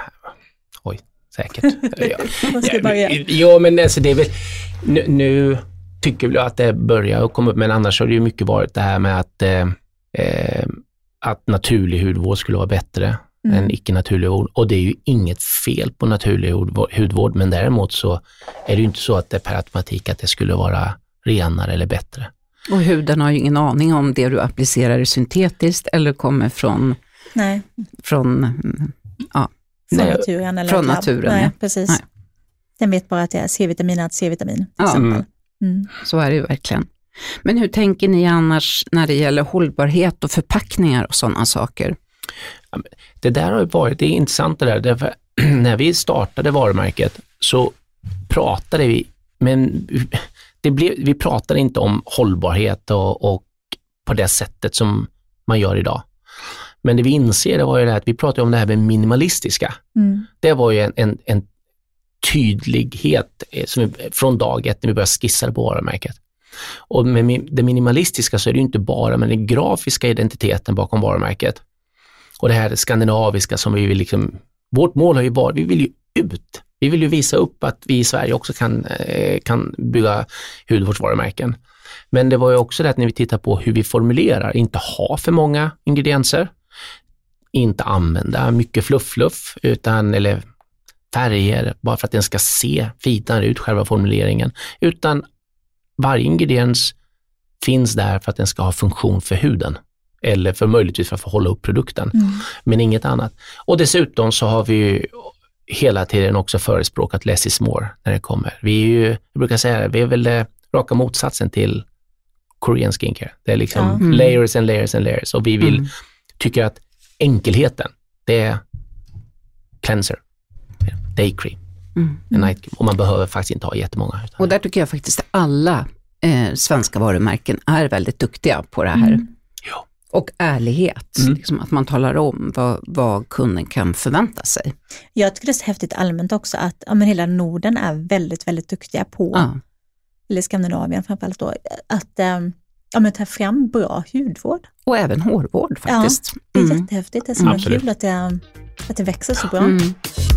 oj, säkert. ja, ja, ja, men alltså det är väl, nu, nu tycker vi att det börjar komma upp, men annars har det ju mycket varit det här med att, eh, att naturlig hudvård skulle vara bättre mm. än icke-naturlig hudvård. Och det är ju inget fel på naturlig hudvård, men däremot så är det ju inte så att det är per automatik att det skulle vara renare eller bättre. Och huden har ju ingen aning om det du applicerar syntetiskt eller kommer från, Nej. från, ja, från naturen. Eller från naturen Nej, ja. precis. Nej. Den vet bara att det är C-vitamin att C-vitamin till ja. exempel. Mm. Så är det ju verkligen. Men hur tänker ni annars när det gäller hållbarhet och förpackningar och sådana saker? Det där har ju varit, det är intressant det där, därför när vi startade varumärket så pratade vi, men det blev, vi pratade inte om hållbarhet och, och på det sättet som man gör idag. Men det vi inser det var ju det här att vi pratade om det här med minimalistiska. Mm. Det var ju en, en, en tydlighet som vi, från dag ett när vi började skissa på varumärket. Och med det minimalistiska så är det ju inte bara med den grafiska identiteten bakom varumärket. Och det här skandinaviska som vi vill liksom, vårt mål har ju varit, vi vill ju ut. Vi vill ju visa upp att vi i Sverige också kan, kan bygga hudvårdsvarumärken. Men det var ju också det att när vi tittar på hur vi formulerar, inte ha för många ingredienser, inte använda mycket fluff-fluff, utan, eller färger, bara för att den ska se finare ut, själva formuleringen, utan varje ingrediens finns där för att den ska ha funktion för huden eller för möjligtvis för att få hålla upp produkten, mm. men inget annat. Och dessutom så har vi ju hela tiden också förespråkat less is more när det kommer. Vi är ju, jag brukar säga, vi är väl det raka motsatsen till Korean skincare. Det är liksom ja. mm. layers and layers and layers, och vi vill, mm. tycker att enkelheten, det är cleanser, day cream, mm. en night cream, och man behöver faktiskt inte ha jättemånga. Och där tycker jag faktiskt att alla eh, svenska varumärken är väldigt duktiga på det här. Mm. Ja. Och ärlighet, mm. liksom att man talar om vad, vad kunden kan förvänta sig. Jag tycker det är så häftigt allmänt också att ja, men hela Norden är väldigt, väldigt duktiga på, ja. eller Skandinavien framförallt då, att ähm, ja, men ta fram bra hudvård. Och även hårvård faktiskt. Ja, det är mm. jättehäftigt. Det är så mm. kul att det, att det växer så bra. Mm.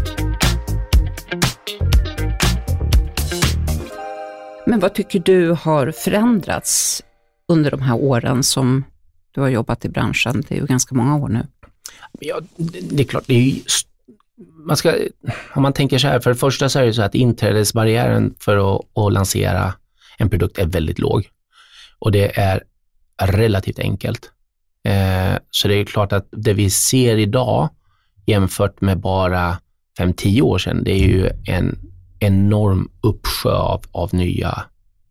Men vad tycker du har förändrats under de här åren som du har jobbat i branschen? Det är ju ganska många år nu. Ja, det är klart. Det är ju, man ska, om man tänker så här, för det första så är det så att inträdesbarriären för att, att lansera en produkt är väldigt låg. Och det är relativt enkelt. Eh, så det är klart att det vi ser idag jämfört med bara fem till tio år sedan, det är ju en enorm uppsjö av, av nya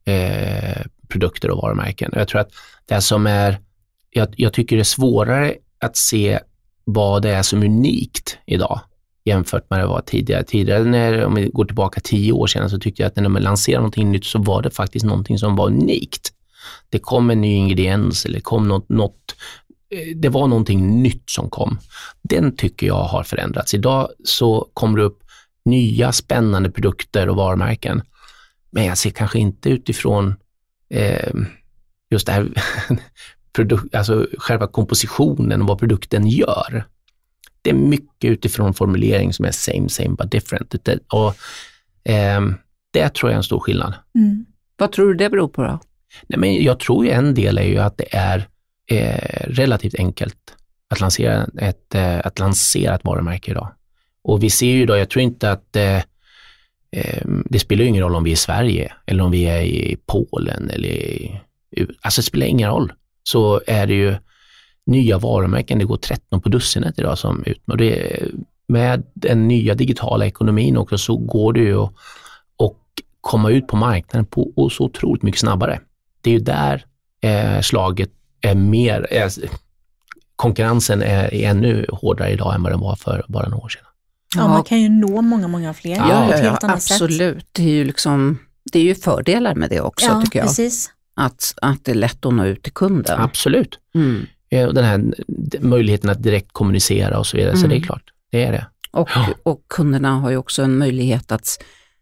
eh, produkter och varumärken. Jag tror att det som är, jag, jag tycker det är svårare att se vad det är som är unikt idag jämfört med det var tidigare. Tidigare, när, om vi går tillbaka tio år sedan, så tyckte jag att när man lanserade någonting nytt så var det faktiskt någonting som var unikt. Det kom en ny ingrediens eller kom något, något det var någonting nytt som kom. Den tycker jag har förändrats. Idag så kommer det upp nya spännande produkter och varumärken. Men jag ser kanske inte utifrån eh, just det här produk- alltså själva kompositionen och vad produkten gör. Det är mycket utifrån formulering som är same, same but different. Det, och, eh, det tror jag är en stor skillnad. Mm. Vad tror du det beror på då? Nej, men jag tror ju en del är ju att det är eh, relativt enkelt att lansera ett, eh, att lansera ett varumärke idag. Och vi ser ju då, jag tror inte att eh, eh, det spelar ingen roll om vi är i Sverige eller om vi är i Polen eller i, alltså det spelar ingen roll. Så är det ju nya varumärken, det går tretton på dussinet idag som ut. Och det, med den nya digitala ekonomin också, så går det ju att och komma ut på marknaden på och så otroligt mycket snabbare. Det är ju där eh, slaget är mer, eh, konkurrensen är, är ännu hårdare idag än vad den var för bara några år sedan. Ja, man kan ju nå många, många fler. Ja, ja, ja absolut. Sätt. Det är ju liksom, det är ju fördelar med det också, ja, tycker jag. Precis. Att, att det är lätt att nå ut till kunden. Absolut. Mm. Den här möjligheten att direkt kommunicera och så vidare, mm. så det är klart, det är det. Och, ja. och kunderna har ju också en möjlighet att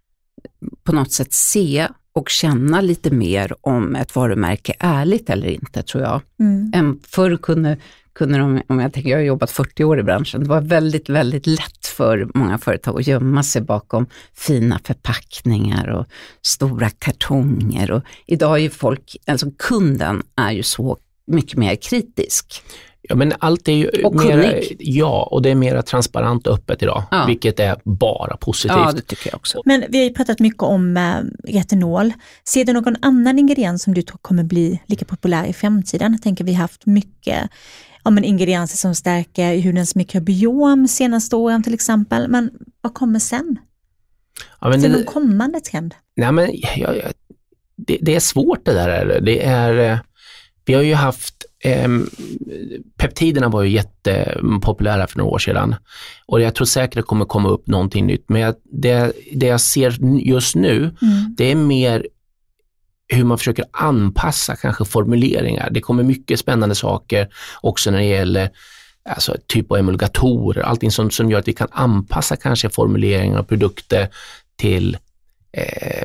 på något sätt se och känna lite mer om ett varumärke är ärligt eller inte, tror jag. Mm. Än förr kunde, kunde de, om jag tänker, jag har jobbat fyrtio år i branschen, det var väldigt, väldigt lätt för många företag att gömma sig bakom fina förpackningar och stora kartonger. Och idag är ju folk, alltså kunden är ju så mycket mer kritisk. Ja, men allt är ju mer, ja, och det är mer transparent och öppet idag, ja. Vilket är bara positivt. Ja, det tycker jag också. Men vi har ju pratat mycket om äh, retinol. Ser du någon annan ingrediens som du tror kommer bli lika populär i framtiden? Jag tänker vi har haft mycket ja, men ingredienser som stärker hudens mikrobiom senaste åren till exempel. Men vad kommer sen? Ja, men Ser det, någon kommande trend? Nej, men ja, ja, det, det är svårt det där. Det är, vi har ju haft Eh, peptiderna var ju jättepopulära för några år sedan, och jag tror säkert det kommer komma upp någonting nytt, men det, det jag ser just nu mm. det är mer hur man försöker anpassa kanske formuleringar. Det kommer mycket spännande saker också när det gäller alltså, typ av emulgatorer, allting som, som gör att vi kan anpassa kanske formuleringar och produkter till eh,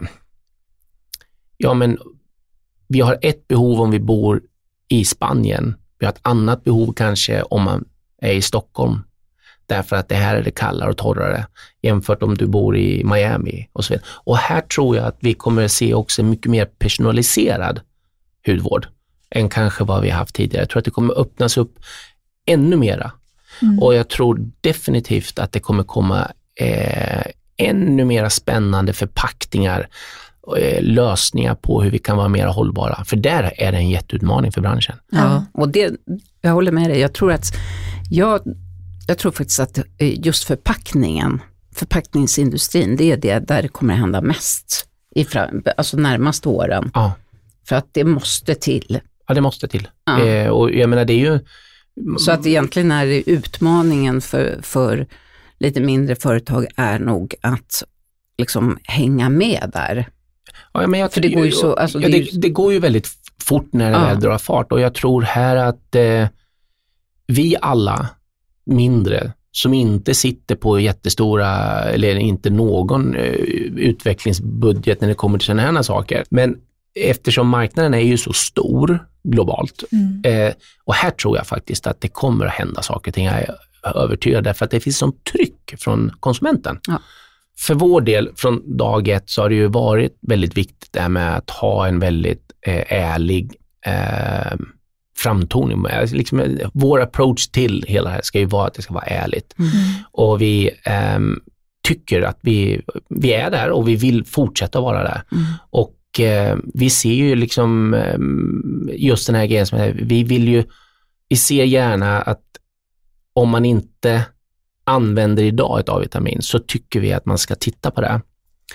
ja men vi har ett behov om vi bor i Spanien. Vi har ett annat behov kanske om man är i Stockholm. Därför att det här är det kallare och torrare jämfört om du bor i Miami och så vidare. Och här tror jag att vi kommer att se också mycket mer personaliserad hudvård än kanske vad vi har haft tidigare. Jag tror att det kommer öppnas upp ännu mera. Mm. Och jag tror definitivt att det kommer komma eh, ännu mera spännande förpackningar och eh, lösningar på hur vi kan vara mer hållbara. För där är det en jätteutmaning för branschen. Ja, och det, jag håller med dig. Jag tror att jag, jag tror faktiskt att just förpackningen, förpackningsindustrin, det är det där det kommer att hända mest i fram, alltså närmaste åren. Ja. För att det måste till. Ja, det måste till. Ja. Eh, och jag menar, det är ju... Så att egentligen är det utmaningen för, för lite mindre företag är nog att liksom hänga med där. Ja, men jag, för det går ju så... Alltså, ja, det, det, det går ju väldigt fort när det ja. väl drar fart. Och jag tror här att eh, vi alla mindre som inte sitter på jättestora eller inte någon eh, utvecklingsbudget när det kommer till sådana här saker. Men eftersom marknaden är ju så stor globalt mm. eh, och här tror jag faktiskt att det kommer att hända saker och ting. Jag är övertygad därför att det finns sån tryck från konsumenten. Ja. För vår del från dag ett så har det ju varit väldigt viktigt det här med att ha en väldigt eh, ärlig eh, framtoning. Liksom, vår approach till hela det här ska ju vara att det ska vara ärligt. Mm. Och vi eh, tycker att vi, vi är där och vi vill fortsätta vara där. Mm. Och eh, vi ser ju liksom eh, just den här grejen som är, vi vill ju, vi ser gärna att om man inte använder idag ett A-vitamin så tycker vi att man ska titta på det.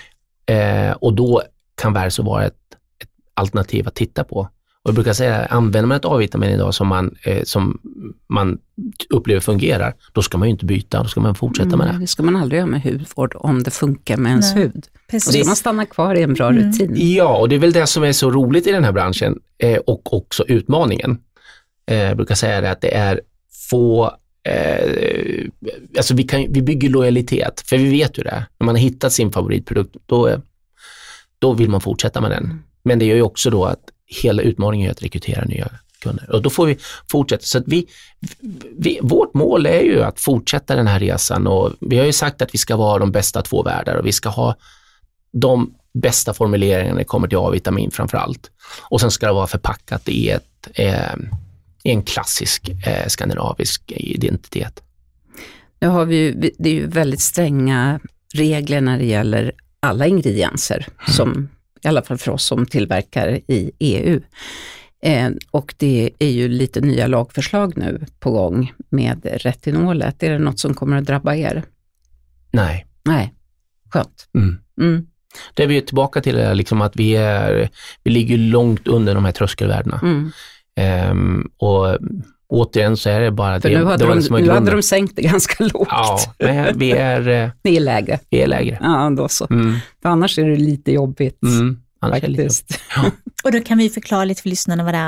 Eh, och då kan Verso vara ett, ett alternativ att titta på. Och jag brukar säga, använder man ett A-vitamin idag som man, eh, som man upplever fungerar, då ska man ju inte byta, då ska man fortsätta mm, med det. Det ska man aldrig göra med hudvård om det funkar med ens Nej, hud. Precis. Och då ska man stanna kvar i en bra mm. rutin. Ja, och det är väl det som är så roligt i den här branschen eh, och också utmaningen. Eh, jag brukar säga det att det är få Eh, alltså vi, kan, vi bygger lojalitet, för vi vet ju det. När man har hittat sin favoritprodukt, då, då vill man fortsätta med den. Mm. Men det gör ju också då att hela utmaningen är att rekrytera nya kunder. Och då får vi fortsätta. Så att vi, vi, vårt mål är ju att fortsätta den här resan. Och vi har ju sagt att vi ska vara de bästa två världar och vi ska ha de bästa formuleringarna när det kommer till A-vitamin framför allt. Och sen ska det vara förpackat i ett eh, en klassisk eh, skandinavisk identitet. Nu har vi ju, det är ju väldigt stränga regler när det gäller alla ingredienser, mm. som, i alla fall för oss som tillverkar i E U. Eh, och det är ju lite nya lagförslag nu på gång med retinolet. Är det något som kommer att drabba er? Nej. Nej, skönt. Mm. Mm. Det är vi tillbaka till det, liksom att vi, är, vi ligger långt under de här tröskelvärdena. Mm. Um, och återigen så är det bara för det, nu hade, det var de, det som nu hade de sänkt det ganska lågt. Ja, men vi är Ni är lägre. Vi är lägre. Ja, då så. Mm. För annars är det lite jobbigt. Mm, annars faktiskt. Är det lite ja. Och då kan vi förklara lite för lyssnarna vad det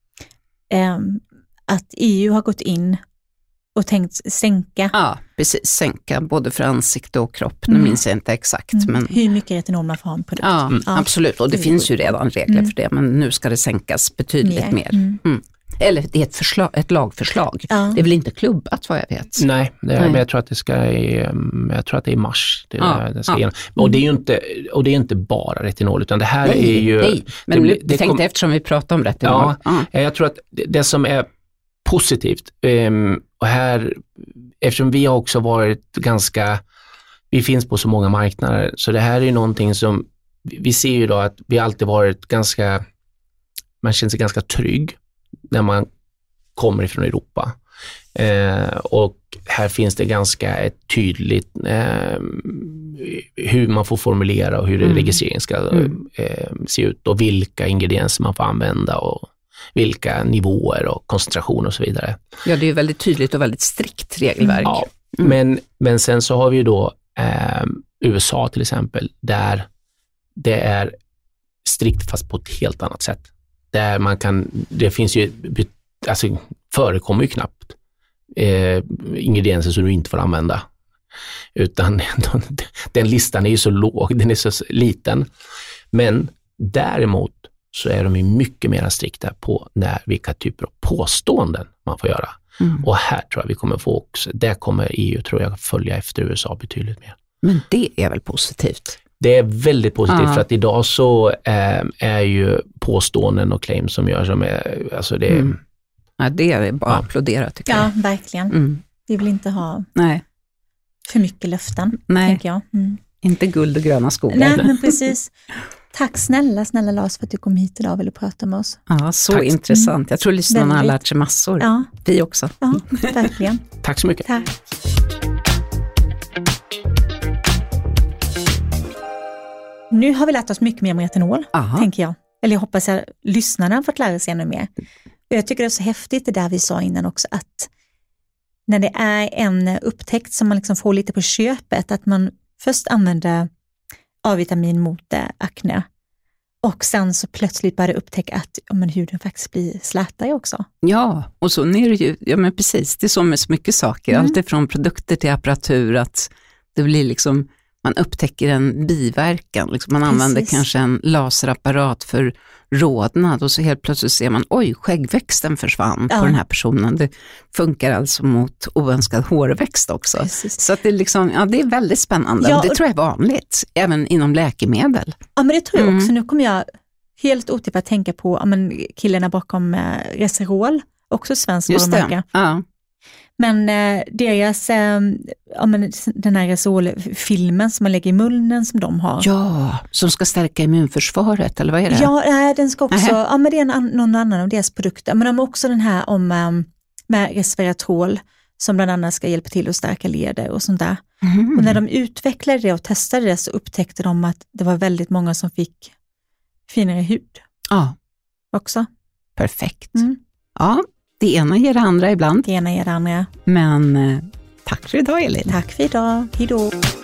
är. Um, att E U har gått in och tänkt sänka. Ja, precis. Sänka både för ansikte och kropp. Nu mm. minns jag inte exakt. Mm. Men... Hur mycket retinol man får ha en produkt. Ja, mm. ja, absolut. Och det mm. finns ju redan regler mm. för det. Men nu ska det sänkas betydligt mer. mer. Mm. Mm. Eller det är ett, förslag, ett lagförslag. Ja. Det är väl inte klubbat vad jag vet. Nej, det är, Nej. men jag tror att det ska i, jag tror att det är i mars. Det, ja. det ska ja. Och det är ju inte, och det är inte bara retinol, utan det här nej, är ju... Nej, men det, det tänkte kom, eftersom vi pratar om retinol. Ja, ja. Jag tror att det, det som är positivt, um, och här, eftersom vi har också varit ganska, vi finns på så många marknader, så det här är ju någonting som, vi ser ju då att vi alltid varit ganska, man känner sig ganska trygg när man kommer ifrån Europa. Eh, och här finns det ganska ett tydligt eh, hur man får formulera och hur mm. registreringen ska mm. eh, se ut och vilka ingredienser man får använda och vilka nivåer och koncentration och så vidare. Ja, det är ju väldigt tydligt och väldigt strikt regelverk. Ja, mm. men, men sen så har vi ju då eh, U S A till exempel, där det är strikt fast på ett helt annat sätt. Där man kan, det finns ju, alltså förekommer ju knappt eh, ingredienser som du inte får använda. Utan den listan är ju så låg, den är så liten. Men däremot så är de ju mycket mer strikta på när, vilka typer av påståenden man får göra. Mm. Och här tror jag vi kommer få också, där kommer E U tror jag följa efter U S A betydligt mer. Men det är väl positivt? Det är väldigt positivt Ja. för att idag så äh, är ju påståenden och claims som görs som är, alltså det är... Mm. Ja, det är bara Ja. att applådera tycker Ja, jag. verkligen. Mm. Vi vill inte ha Nej, för mycket löften, Nej. tänker jag. Mm. inte guld och gröna skogar. Nej, men precis. Tack snälla, snälla Lars för att du kom hit idag och ville prata med oss. Ja, så Tack. intressant. Jag tror lyssnarna har Väldigt. lärt sig massor. Ja, Vi också. ja verkligen. Tack så mycket. Tack. Nu har vi lärt oss mycket mer om etanol, Aha. tänker jag. Eller jag hoppas att lyssnarna har fått lära sig ännu mer. Och jag tycker det är så häftigt det där vi sa innan också, att när det är en upptäckt som man liksom får lite på köpet, att man först använder A-vitamin mot eh, akne och sen så plötsligt börjar upptäcka att ja, men huden faktiskt blir slätare också. Ja, och så är det ju, ja men precis, det är så med så mycket saker, Mm. allt ifrån produkter till apparatur, att det blir liksom, man upptäcker en biverkan, liksom man Precis. använder kanske en laserapparat för rodnad och så helt plötsligt ser man, oj, skäggväxten försvann Ja. på den här personen, det funkar alltså mot oönskad hårväxt också. Precis. Så att det, är liksom, ja, det är väldigt spännande, Ja, och det och- tror jag är vanligt, även inom läkemedel. Ja, men det tror jag Mm. också. Nu kommer jag helt otippat tänka på ja, men killarna bakom eh, Reserol, också svensk Just varumärke. det, ja. Men eh, deras, eh, ja, men den här Reserol-filmen som man lägger i munnen som de har. Ja, som ska stärka immunförsvaret, eller vad är det? Ja, nej, den ska också, Nähä. ja men det är en, an- någon annan av deras produkter. Men de har också den här om um, med resveratrol som bland annat ska hjälpa till att stärka leder och sånt där. Mm. Och när de utvecklade det och testade det så upptäckte de att det var väldigt många som fick finare hud Ja, också. perfekt. Mm. Ja, det ena ger det andra ibland, Det ena är det andra. men eh, tack för idag Elin. Tack för idag. Hej då.